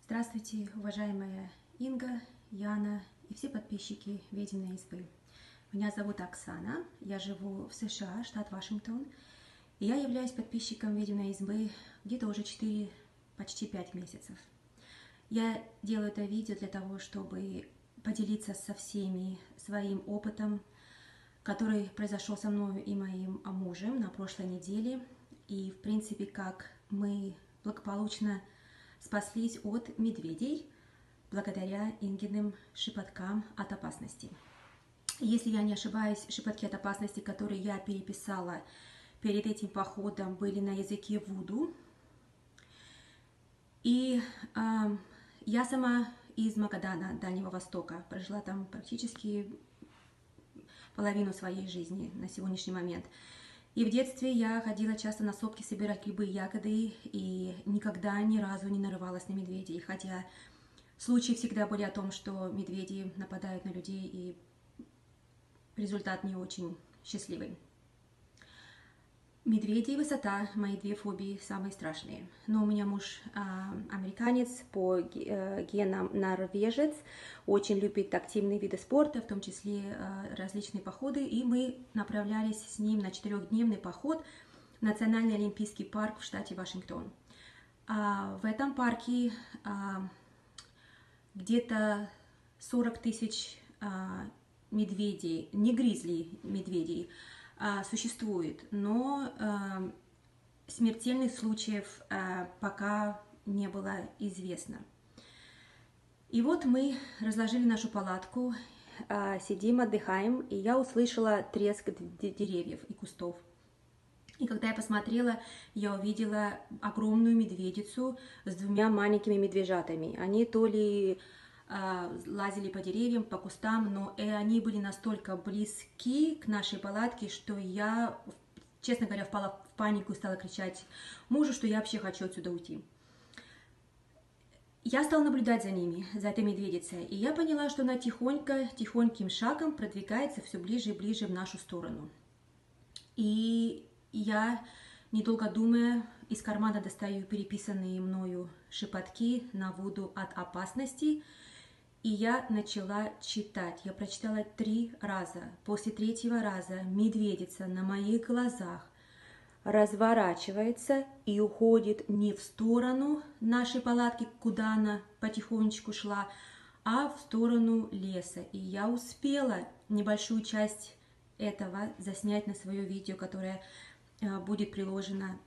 Здравствуйте, уважаемая Инга, Яна и все подписчики Ведьминой избы. Меня зовут Оксана, я живу в США, штат Вашингтон, и я являюсь подписчиком Ведьминой избы где-то уже 4, почти 5 месяцев. Я делаю это видео для того, чтобы поделиться со всеми своим опытом, который произошел со мной и моим мужем на прошлой неделе, и в принципе, как мы благополучно спаслись от медведей благодаря Ингиным шепоткам от опасности. Если я не ошибаюсь, шепотки от опасности, которые я переписала перед этим походом, были на языке вуду. И я сама из Магадана, Дальнего Востока, прожила там практически половину своей жизни на сегодняшний момент. И в детстве я ходила часто на сопки собирать грибы и ягоды, и никогда ни разу не нарывалась на медведей. Хотя случаи всегда были о том, что медведи нападают на людей, и результат не очень счастливый. Медведи и высота – мои две фобии самые страшные. Но у меня муж американец, по генам норвежец, очень любит активные виды спорта, в том числе различные походы. И мы направлялись с ним на 4-дневный поход в Национальный олимпийский парк в штате Вашингтон. В этом парке где-то 40 тысяч медведей, не гризли медведей, существует, но смертельных случаев пока не было известно. И вот мы разложили нашу палатку, сидим, отдыхаем, и я услышала треск деревьев и кустов. И когда я посмотрела, я увидела огромную медведицу с 2 маленькими медвежатами. Они то ли лазили по деревьям, по кустам, но они были настолько близки к нашей палатке, что я, честно говоря, впала в панику и стала кричать мужу, что я вообще хочу отсюда уйти. Я стала наблюдать за ними, за этой медведицей, и я поняла, что она тихоньким шагом продвигается все ближе и ближе в нашу сторону. И я, недолго думая, из кармана достаю переписанные мною шепотки на вуду от опасности, и я начала читать. Я прочитала 3 раза. После 3-го раза медведица на моих глазах разворачивается и уходит не в сторону нашей палатки, куда она потихонечку шла, а в сторону леса. И я успела небольшую часть этого заснять на свое видео, которое будет приложено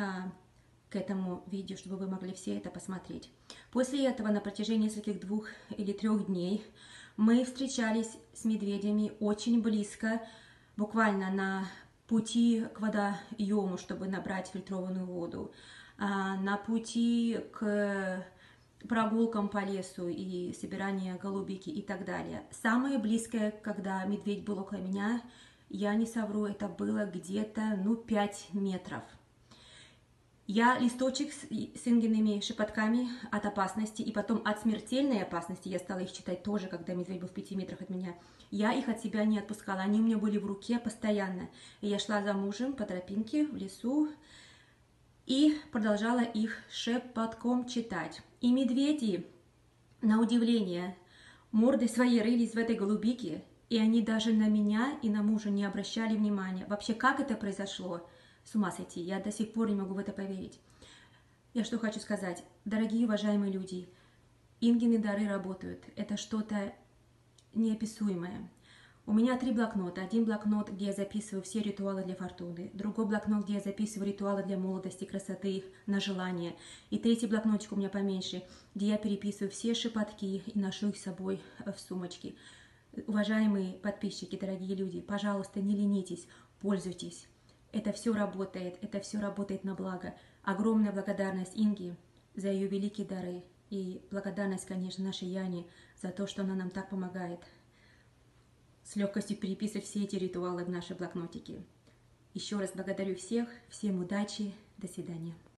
к этому видео, чтобы вы могли все это посмотреть. После этого на протяжении нескольких 2 или 3 дней мы встречались с медведями очень близко, буквально на пути к водоему, чтобы набрать фильтрованную воду, на пути к прогулкам по лесу и собиранию голубики и так далее. Самое близкое, когда медведь был около меня, я не совру, это было где-то 5 метров. Я листочек с Ингиными шепотками от опасности и потом от смертельной опасности, я стала их читать тоже, когда медведь был в 5 метрах от меня, я их от себя не отпускала, они у меня были в руке постоянно. И я шла за мужем по тропинке в лесу и продолжала их шепотком читать. И медведи, на удивление, мордой своей рылись в этой голубике, и они даже на меня и на мужа не обращали внимания. Вообще, как это произошло? С ума сойти, я до сих пор не могу в это поверить. Я что хочу сказать, дорогие уважаемые люди, Ингины дары работают, это что-то неописуемое. У меня 3 блокнота. Один блокнот, где я записываю все ритуалы для фортуны, другой блокнот, где я записываю ритуалы для молодости, красоты, на желание, и 3-й блокнотик у меня поменьше, где я переписываю все шепотки и ношу их с собой в сумочке. Уважаемые подписчики, дорогие люди, пожалуйста, не ленитесь, пользуйтесь. Это все работает на благо. Огромная благодарность Инге за ее великие дары. И благодарность, конечно, нашей Яне за то, что она нам так помогает с легкостью переписывать все эти ритуалы в наши блокнотики. Еще раз благодарю всех, всем удачи, до свидания.